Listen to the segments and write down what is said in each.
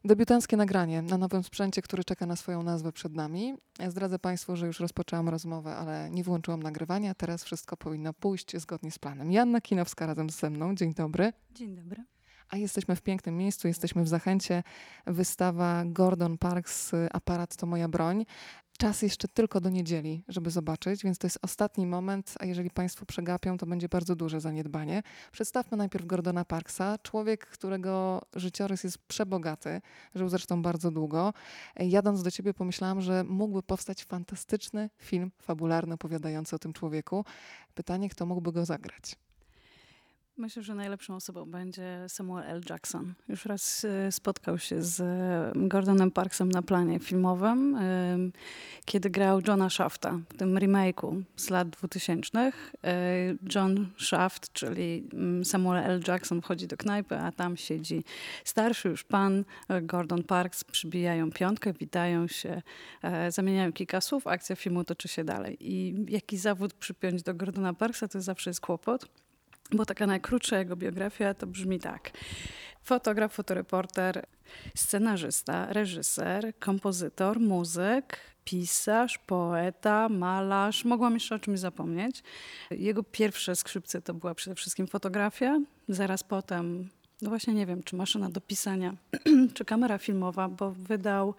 Debiutanckie nagranie na nowym sprzęcie, który czeka na swoją nazwę przed nami. Ja zdradzę Państwu, że już rozpoczęłam rozmowę, ale nie włączyłam nagrywania. Teraz wszystko powinno pójść zgodnie z planem. Joanna Kinowska razem ze mną. Dzień dobry. Dzień dobry. A jesteśmy w pięknym miejscu, jesteśmy w Zachęcie. Wystawa Gordon Parks, Aparat to moja broń. Czas jeszcze tylko do niedzieli, żeby zobaczyć, więc to jest ostatni moment, a jeżeli Państwo przegapią, to będzie bardzo duże zaniedbanie. Przedstawmy najpierw Gordona Parksa, człowiek, którego życiorys jest przebogaty, żył zresztą bardzo długo. Jadąc do Ciebie pomyślałam, że mógłby powstać fantastyczny film fabularny opowiadający o tym człowieku. Pytanie, kto mógłby go zagrać? Myślę, że najlepszą osobą będzie Samuel L. Jackson. Już raz spotkał się z Gordonem Parksem na planie filmowym, kiedy grał Johna Shafta w tym remake'u z lat 2000. John Shaft, czyli Samuel L. Jackson, wchodzi do knajpy, a tam siedzi starszy już pan Gordon Parks. Przybijają piątkę, witają się, zamieniają kilka słów, akcja filmu toczy się dalej. I jaki zawód przypiąć do Gordona Parksa, to zawsze jest kłopot. Bo taka najkrótsza jego biografia to brzmi tak. Fotograf, fotoreporter, scenarzysta, reżyser, kompozytor, muzyk, pisarz, poeta, malarz. Mogłam jeszcze o czymś zapomnieć. Jego pierwsze skrzypce to była przede wszystkim fotografia. Zaraz potem, no właśnie nie wiem, czy maszyna do pisania, czy kamera filmowa, bo wydał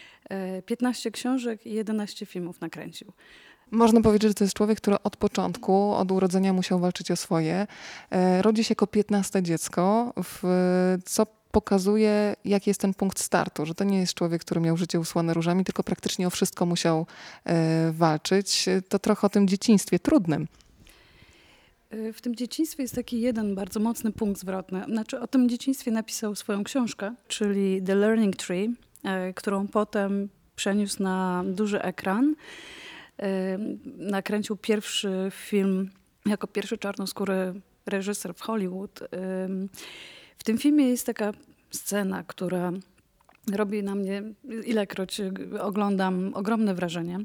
15 książek i 11 filmów nakręcił. Można powiedzieć, że to jest człowiek, który od początku, od urodzenia musiał walczyć o swoje. Rodzi się jako 15 dziecko, co pokazuje, jaki jest ten punkt startu, że to nie jest człowiek, który miał życie usłane różami, tylko praktycznie o wszystko musiał walczyć. To trochę o tym dzieciństwie trudnym. W tym dzieciństwie jest taki jeden bardzo mocny punkt zwrotny. Znaczy, o tym dzieciństwie napisał swoją książkę, czyli The Learning Tree, którą potem przeniósł na duży ekran. Nakręcił pierwszy film jako pierwszy czarnoskóry reżyser w Hollywood. W tym filmie jest taka scena, która robi na mnie, ilekroć oglądam, ogromne wrażenie.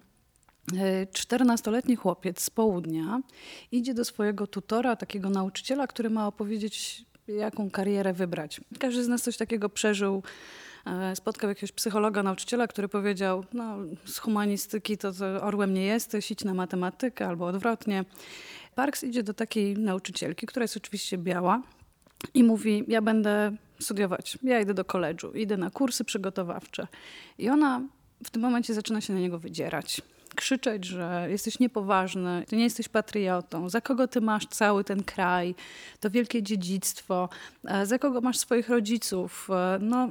14-letni chłopiec z południa idzie do swojego tutora, takiego nauczyciela, który ma opowiedzieć, jaką karierę wybrać. Każdy z nas coś takiego przeżył. Spotkał jakiegoś psychologa, nauczyciela, który powiedział, no z humanistyki to orłem nie jesteś, idź na matematykę albo odwrotnie. Parks idzie do takiej nauczycielki, która jest oczywiście biała i mówi, ja będę studiować, ja idę do koledżu, idę na kursy przygotowawcze. I ona w tym momencie zaczyna się na niego wydzierać. Krzyczeć, że jesteś niepoważny, ty nie jesteś patriotą, za kogo ty masz cały ten kraj, to wielkie dziedzictwo, za kogo masz swoich rodziców. No,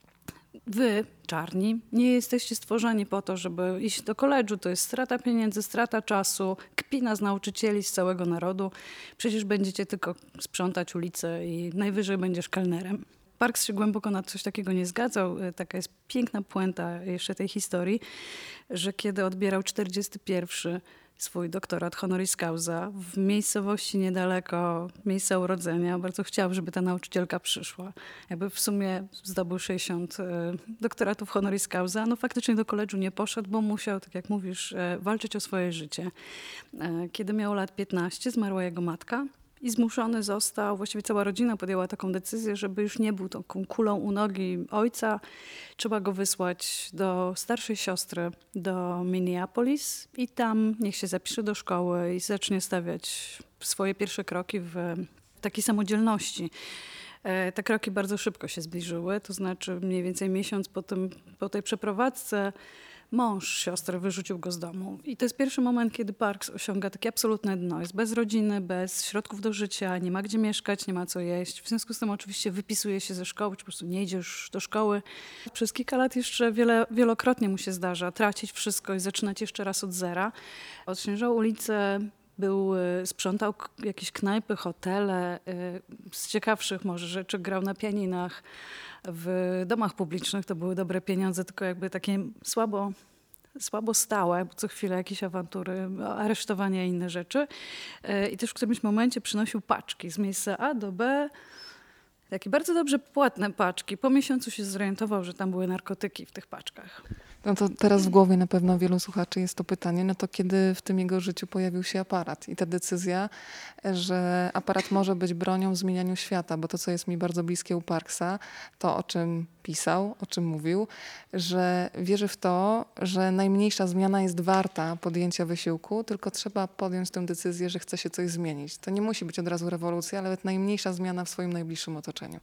wy, czarni, nie jesteście stworzeni po to, żeby iść do koledżu. To jest strata pieniędzy, strata czasu, kpina z nauczycieli, z całego narodu. Przecież będziecie tylko sprzątać ulice i najwyżej będziesz kelnerem. Parks się głęboko na coś takiego nie zgadzał. Taka jest piękna puenta jeszcze tej historii, że kiedy odbierał 41. swój doktorat honoris causa w miejscowości niedaleko miejsca urodzenia. Bardzo chciał, żeby ta nauczycielka przyszła. Jakby w sumie zdobył 60 doktoratów honoris causa. No faktycznie do koledżu nie poszedł, bo musiał, tak jak mówisz, walczyć o swoje życie. Kiedy miał lat 15, zmarła jego matka. I zmuszony został, właściwie cała rodzina podjęła taką decyzję, żeby już nie był taką kulą u nogi ojca. Trzeba go wysłać do starszej siostry, do Minneapolis i tam niech się zapisze do szkoły i zacznie stawiać swoje pierwsze kroki w takiej samodzielności. Te kroki bardzo szybko się zbliżyły, to znaczy mniej więcej miesiąc po tej przeprowadzce mąż siostry wyrzucił go z domu. I to jest pierwszy moment, kiedy Parks osiąga takie absolutne dno. Jest bez rodziny, bez środków do życia, nie ma gdzie mieszkać, nie ma co jeść. W związku z tym oczywiście wypisuje się ze szkoły, czy po prostu nie idzie już do szkoły. Przez kilka lat jeszcze wielokrotnie mu się zdarza tracić wszystko i zaczynać jeszcze raz od zera. Odśnieżał ulicę, sprzątał jakieś knajpy, hotele. Z ciekawszych może rzeczy grał na pianinach. W domach publicznych to były dobre pieniądze, tylko jakby takie słabo stałe, bo co chwilę jakieś awantury, aresztowania i inne rzeczy. I też w którymś momencie przynosił paczki z miejsca A do B, takie bardzo dobrze płatne paczki. Po miesiącu się zorientował, że tam były narkotyki w tych paczkach. No to teraz w głowie na pewno wielu słuchaczy jest to pytanie, no to kiedy w tym jego życiu pojawił się aparat i ta decyzja, że aparat może być bronią w zmienianiu świata, bo to, co jest mi bardzo bliskie u Parksa, to o czym pisał, o czym mówił, że wierzy w to, że najmniejsza zmiana jest warta podjęcia wysiłku, tylko trzeba podjąć tę decyzję, że chce się coś zmienić. To nie musi być od razu rewolucja, ale nawet najmniejsza zmiana w swoim najbliższym otoczeniu.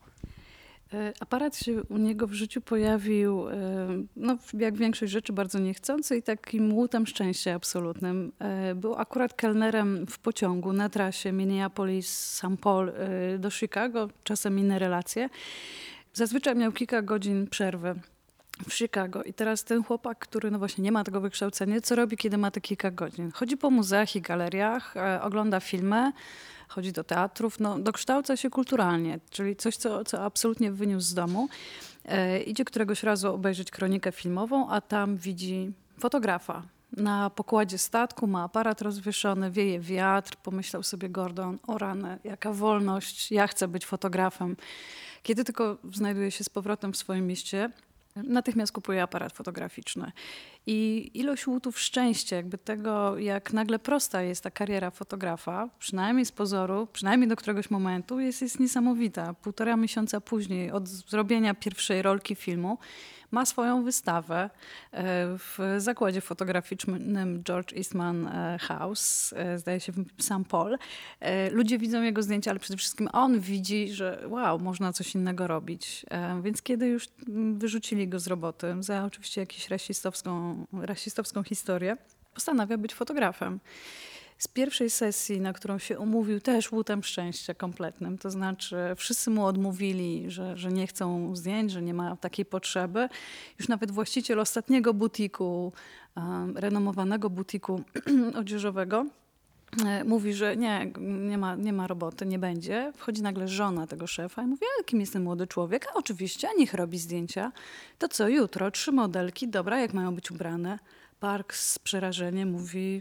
Aparat się u niego w życiu pojawił, no, jak większość rzeczy, bardzo niechcący i takim łutem szczęścia absolutnym. Był akurat kelnerem w pociągu na trasie Minneapolis-St. Paul do Chicago, czasem inne relacje. Zazwyczaj miał kilka godzin przerwy w Chicago i teraz ten chłopak, który no właśnie nie ma tego wykształcenia, co robi, kiedy ma te kilka godzin? Chodzi po muzeach i galeriach, ogląda filmy, chodzi do teatrów, no, dokształca się kulturalnie, czyli coś, co absolutnie wyniósł z domu. Idzie któregoś razu obejrzeć kronikę filmową, a tam widzi fotografa. Na pokładzie statku ma aparat rozwieszony, wieje wiatr. Pomyślał sobie Gordon, o rany, jaka wolność, ja chcę być fotografem. Kiedy tylko znajduje się z powrotem w swoim mieście, natychmiast kupuje aparat fotograficzny. I ilość łutów szczęścia, jakby tego, jak nagle prosta jest ta kariera fotografa, przynajmniej z pozoru, przynajmniej do któregoś momentu, jest niesamowita. 1,5 miesiąca później od zrobienia pierwszej rolki filmu ma swoją wystawę w zakładzie fotograficznym George Eastman House, zdaje się w St. Paul. Ludzie widzą jego zdjęcia, ale przede wszystkim on widzi, że wow, można coś innego robić. Więc kiedy już wyrzucili go z roboty za oczywiście jakąś rasistowską historię, postanawia być fotografem. Z pierwszej sesji, na którą się umówił, też łutem szczęścia kompletnym. To znaczy wszyscy mu odmówili, że nie chcą zdjęć, że nie ma takiej potrzeby. Już nawet właściciel ostatniego butiku, renomowanego butiku odzieżowego, mówi, że nie ma roboty, nie będzie. Wchodzi nagle żona tego szefa i mówi, a kim jest ten młody człowiek? A oczywiście, a niech robi zdjęcia. To co, jutro 3 modelki, dobra, jak mają być ubrane? Parks z przerażeniem mówi,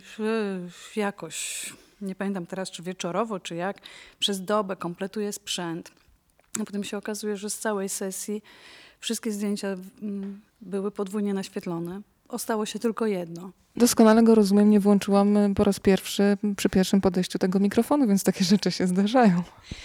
jakoś, nie pamiętam teraz, czy wieczorowo, czy jak, przez dobę kompletuje sprzęt. A potem się okazuje, że z całej sesji wszystkie zdjęcia były podwójnie naświetlone. Ostało się tylko jedno. Doskonale go rozumiem, nie włączyłam po raz pierwszy przy pierwszym podejściu tego mikrofonu, więc takie rzeczy się zdarzają.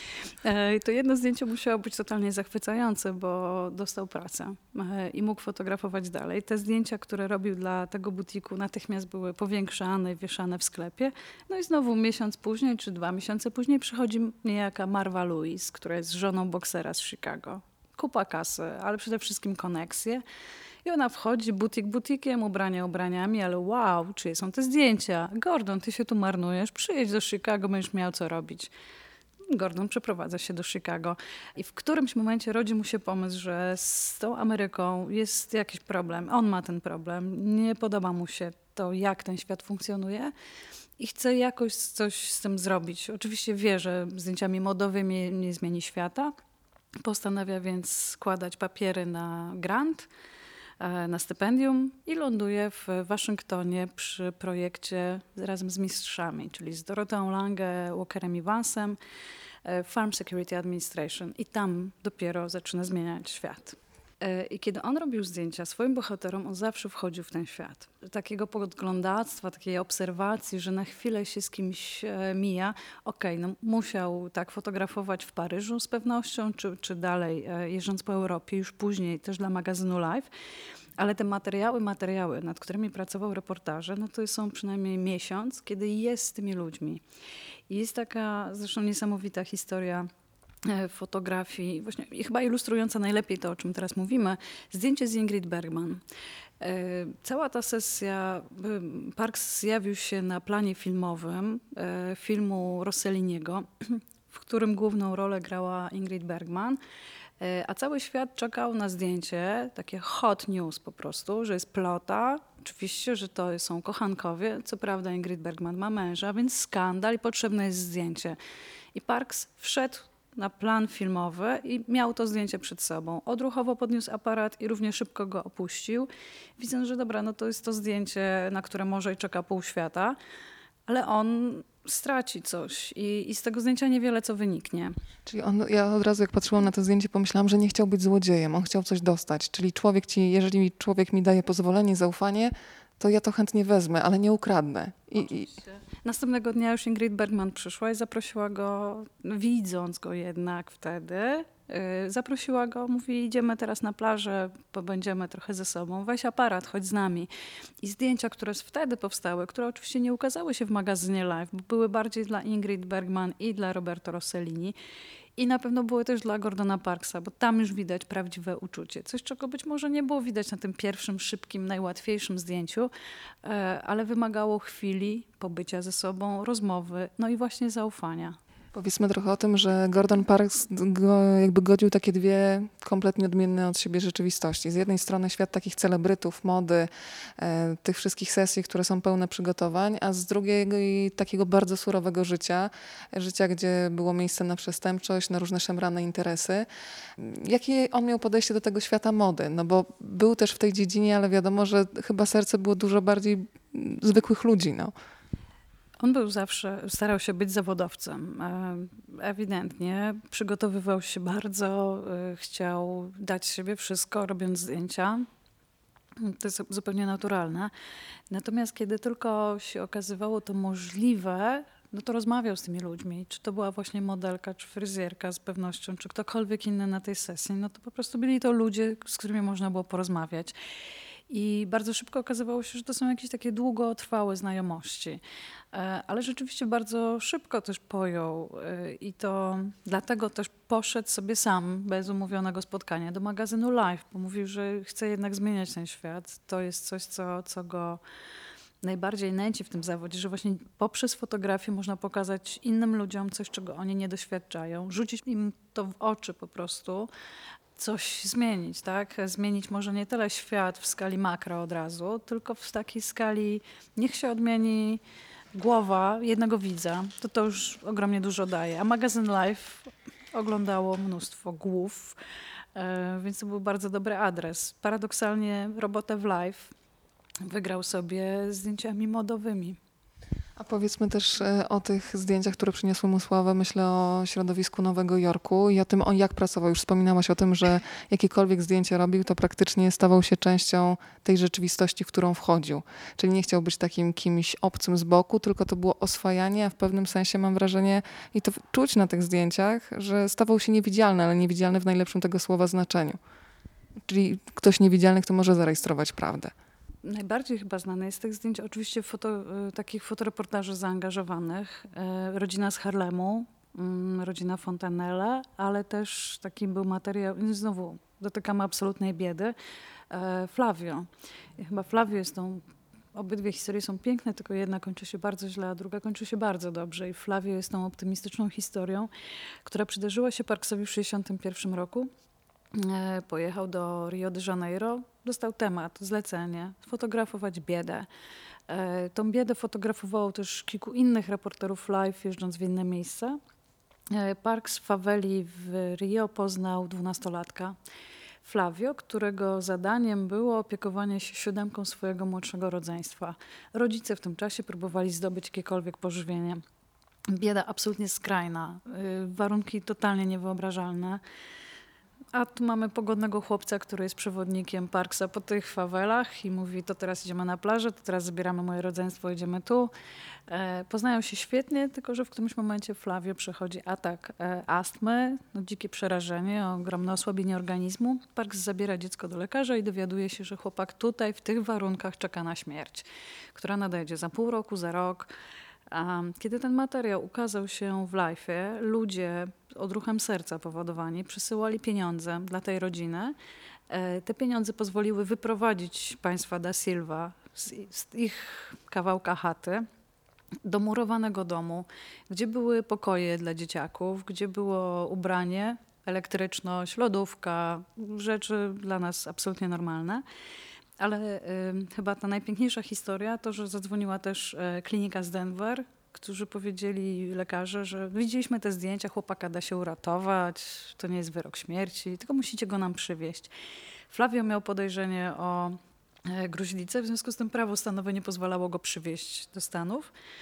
To jedno zdjęcie musiało być totalnie zachwycające, bo dostał pracę i mógł fotografować dalej. Te zdjęcia, które robił dla tego butiku, natychmiast były powiększane i wieszane w sklepie. No i znowu miesiąc później, czy 2 miesiące później przychodzi niejaka Marva Louise, która jest żoną boksera z Chicago. Kupa kasy, ale przede wszystkim koneksje. I ona wchodzi butik butikiem, ubrania ubraniami, ale wow, czyje są te zdjęcia? Gordon, ty się tu marnujesz, przyjedź do Chicago, będziesz miał co robić. Gordon przeprowadza się do Chicago i w którymś momencie rodzi mu się pomysł, że z tą Ameryką jest jakiś problem. On ma ten problem, nie podoba mu się to, jak ten świat funkcjonuje i chce jakoś coś z tym zrobić. Oczywiście wie, że zdjęciami modowymi nie zmieni świata. Postanawia więc składać papiery na grant, na stypendium i ląduje w Waszyngtonie przy projekcie razem z mistrzami, czyli z Dorotheą Lange, Walkerem Evansem, Farm Security Administration. I tam dopiero zaczyna zmieniać świat. I kiedy on robił zdjęcia swoim bohaterom, on zawsze wchodził w ten świat. Takiego podglądactwa, takiej obserwacji, że na chwilę się z kimś mija. No musiał tak fotografować w Paryżu z pewnością, czy dalej jeżdżąc po Europie, już później też dla magazynu Life. Ale te materiały, nad którymi pracował reportaże, no to są przynajmniej miesiąc, kiedy jest z tymi ludźmi. I jest taka zresztą niesamowita historia fotografii, właśnie chyba ilustrująca najlepiej to, o czym teraz mówimy, zdjęcie z Ingrid Bergman. Cała ta sesja, Parks zjawił się na planie filmowym filmu Rosselliniego, w którym główną rolę grała Ingrid Bergman, a cały świat czekał na zdjęcie, takie hot news po prostu, że jest plota, oczywiście, że to są kochankowie, co prawda Ingrid Bergman ma męża, więc skandal i potrzebne jest zdjęcie. I Parks wszedł na plan filmowy i miał to zdjęcie przed sobą. Odruchowo podniósł aparat i równie szybko go opuścił. Widząc, że dobra, no to jest to zdjęcie, na które może i czeka pół świata. ale on straci coś i z tego zdjęcia niewiele co wyniknie. Czyli ja od razu jak patrzyłam na to zdjęcie, pomyślałam, że nie chciał być złodziejem, on chciał coś dostać. Czyli jeżeli człowiek mi daje pozwolenie, zaufanie, to ja to chętnie wezmę, ale nie ukradnę. Następnego dnia już Ingrid Bergman przyszła i zaprosiła go, widząc go jednak wtedy, zaprosiła go, mówi, idziemy teraz na plażę, pobędziemy trochę ze sobą, weź aparat, chodź z nami. I zdjęcia, które wtedy powstały, które oczywiście nie ukazały się w magazynie Life, bo były bardziej dla Ingrid Bergman i dla Roberto Rossellini. I na pewno były też dla Gordona Parksa, bo tam już widać prawdziwe uczucie. Coś, czego być może nie było widać na tym pierwszym, szybkim, najłatwiejszym zdjęciu, ale wymagało chwili pobycia ze sobą, rozmowy, no i właśnie zaufania. Powiedzmy trochę o tym, że Gordon Parks jakby godził takie dwie kompletnie odmienne od siebie rzeczywistości. Z jednej strony świat takich celebrytów, mody, tych wszystkich sesji, które są pełne przygotowań, a z drugiej takiego bardzo surowego życia, gdzie było miejsce na przestępczość, na różne szemrane interesy. Jakie on miał podejście do tego świata mody? No bo był też w tej dziedzinie, ale wiadomo, że chyba serce było dużo bardziej zwykłych ludzi, no. On był zawsze, starał się być zawodowcem. Ewidentnie przygotowywał się bardzo, chciał dać siebie wszystko, robiąc zdjęcia. To jest zupełnie naturalne. Natomiast kiedy tylko się okazywało to możliwe, no to rozmawiał z tymi ludźmi. Czy to była właśnie modelka, czy fryzjerka z pewnością, czy ktokolwiek inny na tej sesji. No to po prostu byli to ludzie, z którymi można było porozmawiać. I bardzo szybko okazywało się, że to są jakieś takie długotrwałe znajomości. Ale rzeczywiście bardzo szybko też pojął i to dlatego też poszedł sobie sam, bez umówionego spotkania, do magazynu Life, bo mówił, że chce jednak zmieniać ten świat. To jest coś, co go najbardziej nęci w tym zawodzie, że właśnie poprzez fotografię można pokazać innym ludziom coś, czego oni nie doświadczają, rzucić im to w oczy po prostu, coś zmienić, tak? Zmienić może nie tyle świat w skali makro od razu, tylko w takiej skali, niech się odmieni głowa jednego widza, to już ogromnie dużo daje. A magazyn Life oglądało mnóstwo głów, więc to był bardzo dobry adres. Paradoksalnie robotę w Life wygrał sobie zdjęciami modowymi. A powiedzmy też o tych zdjęciach, które przyniosły mu sławę. Myślę o środowisku Nowego Jorku i o tym, jak pracował. Już wspominałaś o tym, że jakiekolwiek zdjęcie robił, to praktycznie stawał się częścią tej rzeczywistości, w którą wchodził. Czyli nie chciał być takim kimś obcym z boku, tylko to było oswajanie, a w pewnym sensie mam wrażenie, i to czuć na tych zdjęciach, że stawał się niewidzialny, ale niewidzialny w najlepszym tego słowa znaczeniu. Czyli ktoś niewidzialny, kto może zarejestrować prawdę. Najbardziej chyba znane jest z tych zdjęć oczywiście takich fotoreportaży zaangażowanych. Rodzina z Harlemu, rodzina Fontanelle, ale też taki był materiał, i znowu dotykamy absolutnej biedy, Flavio. I chyba Flavio jest obydwie historie są piękne, tylko jedna kończy się bardzo źle, a druga kończy się bardzo dobrze. I Flavio jest tą optymistyczną historią, która przydarzyła się Parksowi w 1961 roku. Pojechał do Rio de Janeiro, dostał temat, zlecenie, fotografować biedę. Tą biedę fotografowało też kilku innych reporterów live, jeżdżąc w inne miejsca. Parks w faweli w Rio poznał 12-latka Flavio, którego zadaniem było opiekowanie się 7 swojego młodszego rodzeństwa. Rodzice w tym czasie próbowali zdobyć jakiekolwiek pożywienie. Bieda absolutnie skrajna, warunki totalnie niewyobrażalne. A tu mamy pogodnego chłopca, który jest przewodnikiem Parksa po tych fawelach i mówi, to teraz idziemy na plażę, to teraz zabieramy moje rodzeństwo, idziemy tu. Poznają się świetnie, tylko że w którymś momencie Flavio przechodzi atak astmy, dzikie przerażenie, ogromne osłabienie organizmu. Parks zabiera dziecko do lekarza i dowiaduje się, że chłopak tutaj w tych warunkach czeka na śmierć, która nadejdzie za pół roku, za rok. Kiedy ten materiał ukazał się w Life'ie, ludzie odruchem serca powodowani przysyłali pieniądze dla tej rodziny. Te pieniądze pozwoliły wyprowadzić państwa da Silva z ich kawałka chaty do murowanego domu, gdzie były pokoje dla dzieciaków, gdzie było ubranie, elektryczność, lodówka, rzeczy dla nas absolutnie normalne. Ale chyba ta najpiękniejsza historia to, że zadzwoniła też klinika z Denver, którzy powiedzieli lekarze, że widzieliśmy te zdjęcia, chłopaka da się uratować, to nie jest wyrok śmierci, tylko musicie go nam przywieźć. Flavio miał podejrzenie o gruźlicę, w związku z tym prawo stanowe nie pozwalało go przywieźć do Stanów.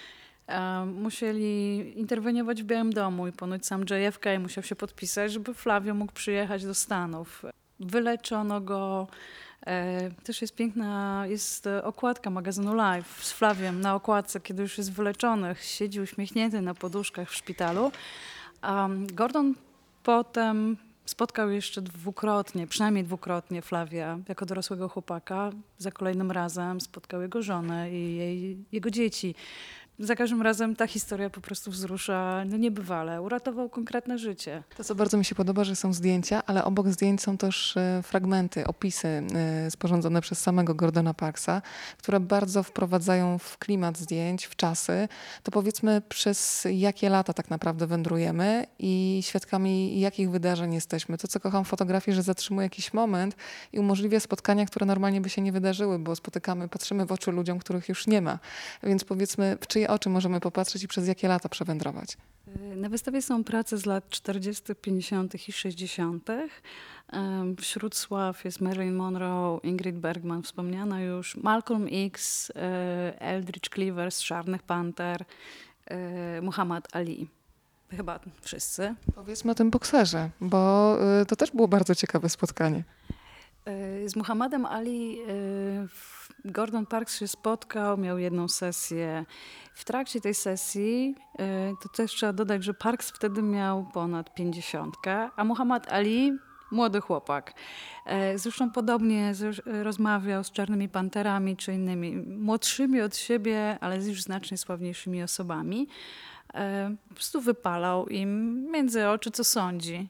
Musieli interweniować w Białym Domu i ponoć sam JFK musiał się podpisać, żeby Flavio mógł przyjechać do Stanów. Wyleczono go. Też jest piękna, jest okładka magazynu Life z Flaviem na okładce, kiedy już jest wyleczony, siedzi uśmiechnięty na poduszkach w szpitalu. Gordon potem spotkał jeszcze dwukrotnie, przynajmniej dwukrotnie Flavia jako dorosłego chłopaka. Za kolejnym razem spotkał jego żonę i jego dzieci. Za każdym razem ta historia po prostu wzrusza niebywale. Uratował konkretne życie. To, co bardzo mi się podoba, że są zdjęcia, ale obok zdjęć są też fragmenty, opisy sporządzone przez samego Gordona Parksa, które bardzo wprowadzają w klimat zdjęć, w czasy. To powiedzmy, przez jakie lata tak naprawdę wędrujemy i świadkami jakich wydarzeń jesteśmy. To, co kocham w fotografii, że zatrzymuje jakiś moment i umożliwia spotkania, które normalnie by się nie wydarzyły, bo spotykamy, patrzymy w oczy ludziom, których już nie ma. Więc powiedzmy, w czyje oczy możemy popatrzeć i przez jakie lata przewędrować. Na wystawie są prace z lat 40., 50. i 60. Wśród sław jest Marilyn Monroe, Ingrid Bergman wspomniana już, Malcolm X, Eldridge Cleaver z Czarnych Panter, Muhammad Ali. Chyba wszyscy. Powiedzmy o tym bokserze, bo to też było bardzo ciekawe spotkanie. Z Muhammadem Ali Gordon Parks się spotkał, miał jedną sesję. W trakcie tej sesji, to też trzeba dodać, że Parks wtedy miał ponad 50, a Muhammad Ali młody chłopak. Zresztą podobnie rozmawiał z Czarnymi Panterami czy innymi młodszymi od siebie, ale już znacznie sławniejszymi osobami. Po prostu wypalał im między oczy, co sądzi.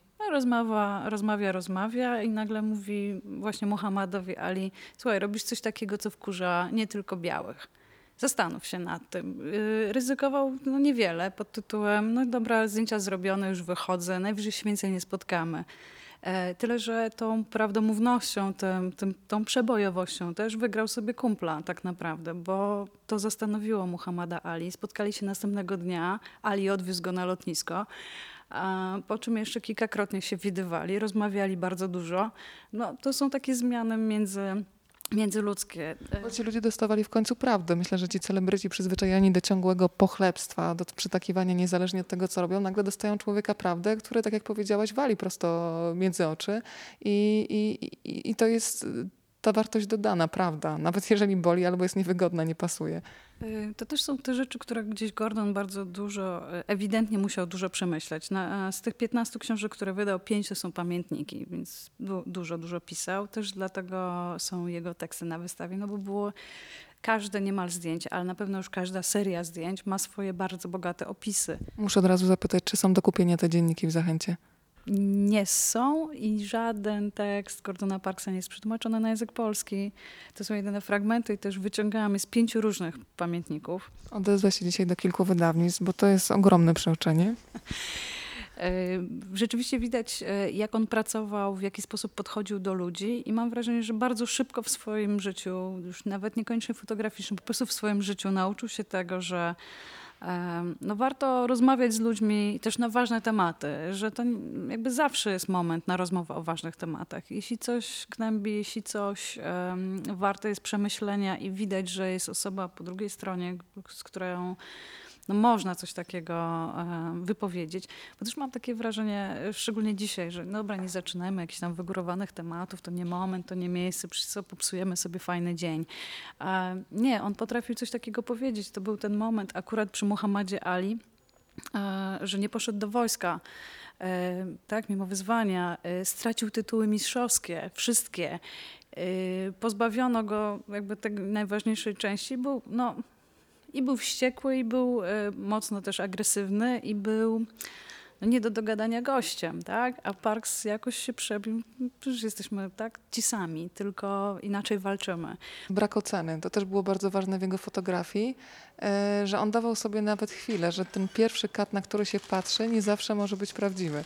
Rozmawia i nagle mówi właśnie Muhammadowi Ali: słuchaj, robisz coś takiego, co wkurza nie tylko białych. Zastanów się nad tym. Ryzykował niewiele pod tytułem: no dobra, zdjęcia zrobione, już wychodzę, najwyżej się więcej nie spotkamy. Tyle, że tą prawdomównością, tą przebojowością też wygrał sobie kumpla tak naprawdę, bo to zastanowiło Muhammada Ali. Spotkali się następnego dnia, Ali odwiózł go na lotnisko, po czym jeszcze kilkakrotnie się widywali, rozmawiali bardzo dużo. No, to są takie zmiany międzyludzkie. Bo ci ludzie dostawali w końcu prawdę. Myślę, że ci celebryci przyzwyczajeni do ciągłego pochlebstwa, do przytakiwania niezależnie od tego, co robią, nagle dostają człowieka prawdę, który, tak jak powiedziałaś, wali prosto między oczy i to jest ta wartość dodana, prawda? Nawet jeżeli boli albo jest niewygodna, nie pasuje. To też są te rzeczy, które gdzieś Gordon bardzo dużo, ewidentnie musiał dużo przemyśleć. Z tych 15 książek, które wydał, 5 to są pamiętniki, więc dużo pisał. Też dlatego są jego teksty na wystawie, no bo było każde niemal zdjęcie, ale na pewno już każda seria zdjęć ma swoje bardzo bogate opisy. Muszę od razu zapytać, czy są do kupienia te dzienniki w Zachęcie? Nie są i żaden tekst Gordona Parksa nie jest przetłumaczony na język polski. To są jedyne fragmenty i też wyciągałam je z 5 różnych pamiętników. Odezwę się dzisiaj do kilku wydawnictw, bo to jest ogromne przeoczenie. Rzeczywiście widać, jak on pracował, w jaki sposób podchodził do ludzi i mam wrażenie, że bardzo szybko w swoim życiu, już nawet niekoniecznie fotograficznym, po prostu w swoim życiu nauczył się tego, że no warto rozmawiać z ludźmi też na ważne tematy, że to jakby zawsze jest moment na rozmowę o ważnych tematach. Jeśli coś gnębi, jeśli coś warte jest przemyślenia i widać, że jest osoba po drugiej stronie, z którą no można coś takiego wypowiedzieć. Bo też mam takie wrażenie, szczególnie dzisiaj, że dobra, nie zaczynajmy jakichś tam wygórowanych tematów, to nie moment, to nie miejsce, przecież co, popsujemy sobie fajny dzień. Nie, on potrafił coś takiego powiedzieć. To był ten moment akurat przy Muhammadzie Ali, że nie poszedł do wojska, tak, mimo wyzwania, stracił tytuły mistrzowskie, wszystkie. Pozbawiono go jakby tej najważniejszej części, był wściekły i był mocno też agresywny i był nie do dogadania gościem, tak? A Parks jakoś się przebił. Przecież jesteśmy tak ci sami, tylko inaczej walczymy. Brak oceny. To też było bardzo ważne w jego fotografii, że on dawał sobie nawet chwilę, że ten pierwszy kadr, na który się patrzy, nie zawsze może być prawdziwy.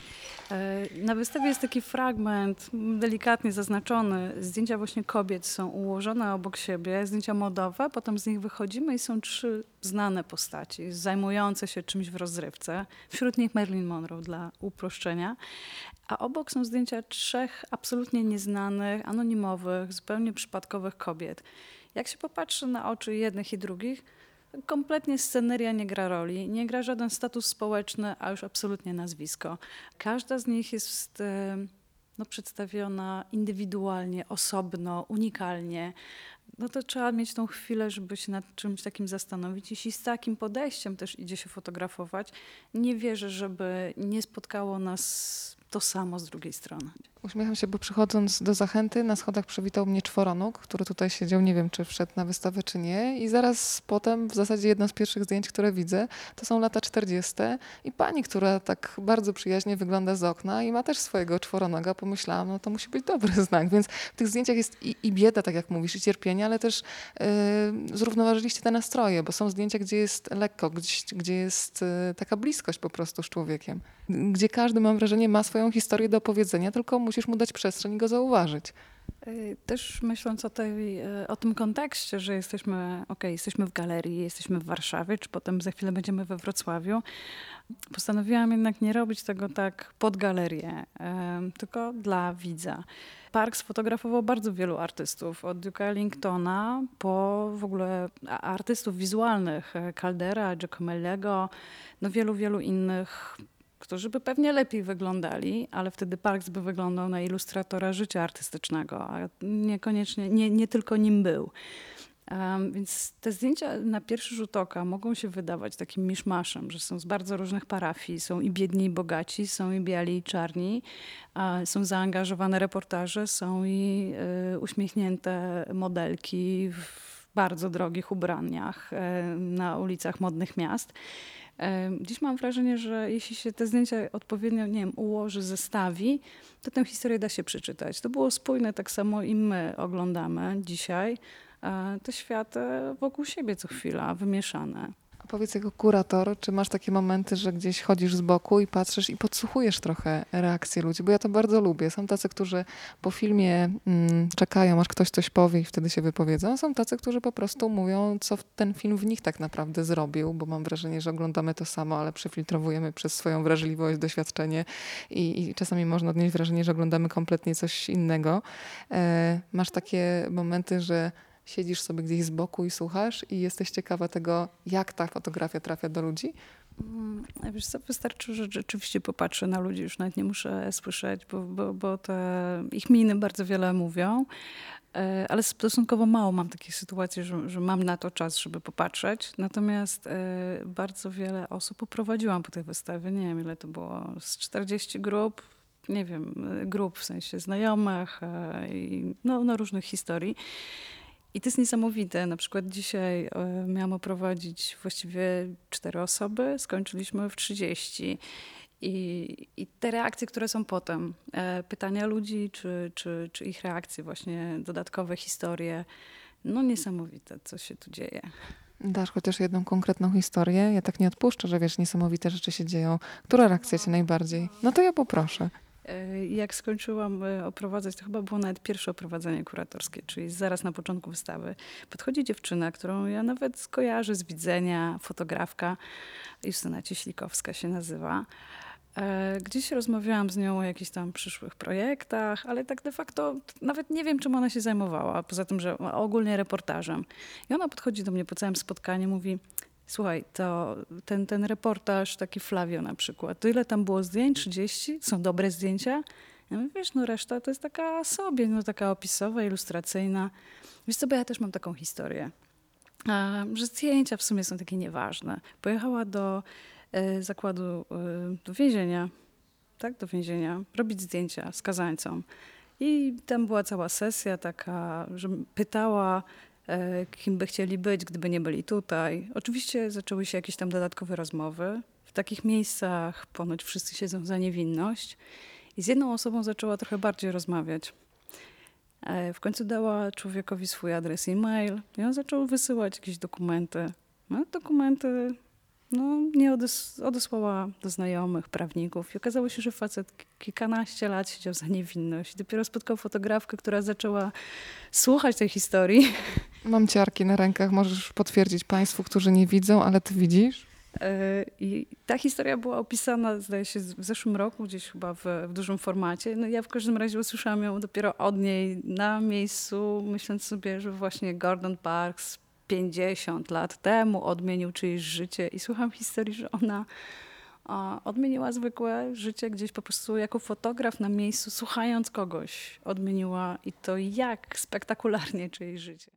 Na wystawie jest taki fragment, delikatnie zaznaczony. Zdjęcia właśnie kobiet są ułożone obok siebie, zdjęcia modowe, potem z nich wychodzimy i są 3 znane postaci, zajmujące się czymś w rozrywce. Wśród nich Marilyn Monroe dla uproszczenia. A obok są zdjęcia 3 absolutnie nieznanych, anonimowych, zupełnie przypadkowych kobiet. Jak się popatrzy na oczy jednych i drugich, kompletnie sceneria nie gra roli, nie gra żaden status społeczny, a już absolutnie nazwisko. Każda z nich jest przedstawiona indywidualnie, osobno, unikalnie. No to trzeba mieć tą chwilę, żeby się nad czymś takim zastanowić. Jeśli z takim podejściem też idzie się fotografować, nie wierzę, żeby nie spotkało nas to samo z drugiej strony. Uśmiecham się, bo przychodząc do Zachęty na schodach przywitał mnie czworonóg, który tutaj siedział, nie wiem czy wszedł na wystawę czy nie, i zaraz potem w zasadzie jedno z pierwszych zdjęć, które widzę, to są lata 40. i pani, która tak bardzo przyjaźnie wygląda z okna i ma też swojego czworonoga. Pomyślałam, no to musi być dobry znak, więc w tych zdjęciach jest i bieda, tak jak mówisz, i cierpienie, ale też zrównoważyliście te nastroje, bo są zdjęcia, gdzie jest lekko, gdzie jest taka bliskość po prostu z człowiekiem, gdzie każdy, mam wrażenie, ma swoją historię do opowiedzenia, tylko musisz mu dać przestrzeń i go zauważyć. Też myśląc o tym kontekście, że jesteśmy w galerii, jesteśmy w Warszawie, czy potem za chwilę będziemy we Wrocławiu, postanowiłam jednak nie robić tego tak pod galerię, tylko dla widza. Park sfotografował bardzo wielu artystów, od Duke'a Ellingtona po w ogóle artystów wizualnych, Caldera, Giacomellego, no wielu innych, którzy by pewnie lepiej wyglądali, ale wtedy Parks by wyglądał na ilustratora życia artystycznego, a niekoniecznie, nie tylko nim był. Więc te zdjęcia na pierwszy rzut oka mogą się wydawać takim miszmaszem, że są z bardzo różnych parafii. Są i biedni, i bogaci, są i biali, i czarni, są zaangażowane reportaże, są i uśmiechnięte modelki w bardzo drogich ubraniach na ulicach modnych miast. Dziś mam wrażenie, że jeśli się te zdjęcia odpowiednio, nie wiem, ułoży, zestawi, to tę historię da się przeczytać. To było spójne, tak samo i my oglądamy dzisiaj te światy wokół siebie co chwila, wymieszane. A powiedz, jako kurator, czy masz takie momenty, że gdzieś chodzisz z boku i patrzysz i podsłuchujesz trochę reakcje ludzi? Bo ja to bardzo lubię. Są tacy, którzy po filmie czekają, aż ktoś coś powie i wtedy się wypowiedzą. Są tacy, którzy po prostu mówią, co ten film w nich tak naprawdę zrobił, bo mam wrażenie, że oglądamy to samo, ale przefiltrowujemy przez swoją wrażliwość, doświadczenie i czasami można odnieść wrażenie, że oglądamy kompletnie coś innego. Masz takie momenty, że siedzisz sobie gdzieś z boku i słuchasz i jesteś ciekawa tego, jak ta fotografia trafia do ludzi? Wiesz co, wystarczy, że rzeczywiście popatrzę na ludzi, już nawet nie muszę słyszeć, bo te ich miny bardzo wiele mówią, ale stosunkowo mało mam takich sytuacji, że mam na to czas, żeby popatrzeć. Natomiast bardzo wiele osób poprowadziłam po tej wystawie, nie wiem ile to było, z 40 grup, nie wiem, grup w sensie znajomych i no różnych historii. I to jest niesamowite. Na przykład dzisiaj miałam oprowadzić właściwie 4 osoby, skończyliśmy w 30. I te reakcje, które są potem, pytania ludzi, czy ich reakcje, właśnie dodatkowe historie, no niesamowite, co się tu dzieje. Dasz chociaż jedną konkretną historię? Ja tak nie odpuszczę, że wiesz, niesamowite rzeczy się dzieją. Która reakcja cię najbardziej? No to ja poproszę. Jak skończyłam oprowadzać, to chyba było nawet pierwsze oprowadzenie kuratorskie, czyli zaraz na początku wystawy. Podchodzi dziewczyna, którą ja nawet skojarzę z widzenia, fotografka, Justyna Cieślikowska się nazywa. Gdzieś rozmawiałam z nią o jakichś tam przyszłych projektach, ale tak de facto nawet nie wiem, czym ona się zajmowała, poza tym, że ogólnie reportażem. I ona podchodzi do mnie po całym spotkaniu, mówi: słuchaj, to ten reportaż, taki Flavio na przykład, to ile tam było zdjęć? 30? Są dobre zdjęcia? Ja mówię, wiesz, no reszta to jest taka sobie, no taka opisowa, ilustracyjna. Wiesz co, bo ja też mam taką historię, że zdjęcia w sumie są takie nieważne. Pojechała do zakładu, do więzienia, tak, do więzienia, robić zdjęcia skazańcom. I tam była cała sesja taka, że pytała, kim by chcieli być, gdyby nie byli tutaj. Oczywiście zaczęły się jakieś tam dodatkowe rozmowy. W takich miejscach ponoć wszyscy siedzą za niewinność. I z jedną osobą zaczęła trochę bardziej rozmawiać. W końcu dała człowiekowi swój adres e-mail i on zaczął wysyłać jakieś dokumenty. No, dokumenty nie odesłała do znajomych, prawników. I okazało się, że facet kilkanaście lat siedział za niewinność. Dopiero spotkał fotografkę, która zaczęła słuchać tej historii. Mam ciarki na rękach, możesz potwierdzić państwu, którzy nie widzą, ale ty widzisz? I ta historia była opisana, zdaje się, w zeszłym roku, gdzieś chyba w dużym formacie. No ja w każdym razie usłyszałam ją dopiero od niej na miejscu, myśląc sobie, że właśnie Gordon Parks 50 lat temu odmienił czyjeś życie i słucham historii, że ona odmieniła zwykłe życie gdzieś po prostu jako fotograf na miejscu, słuchając kogoś odmieniła i to jak spektakularnie czyjeś życie.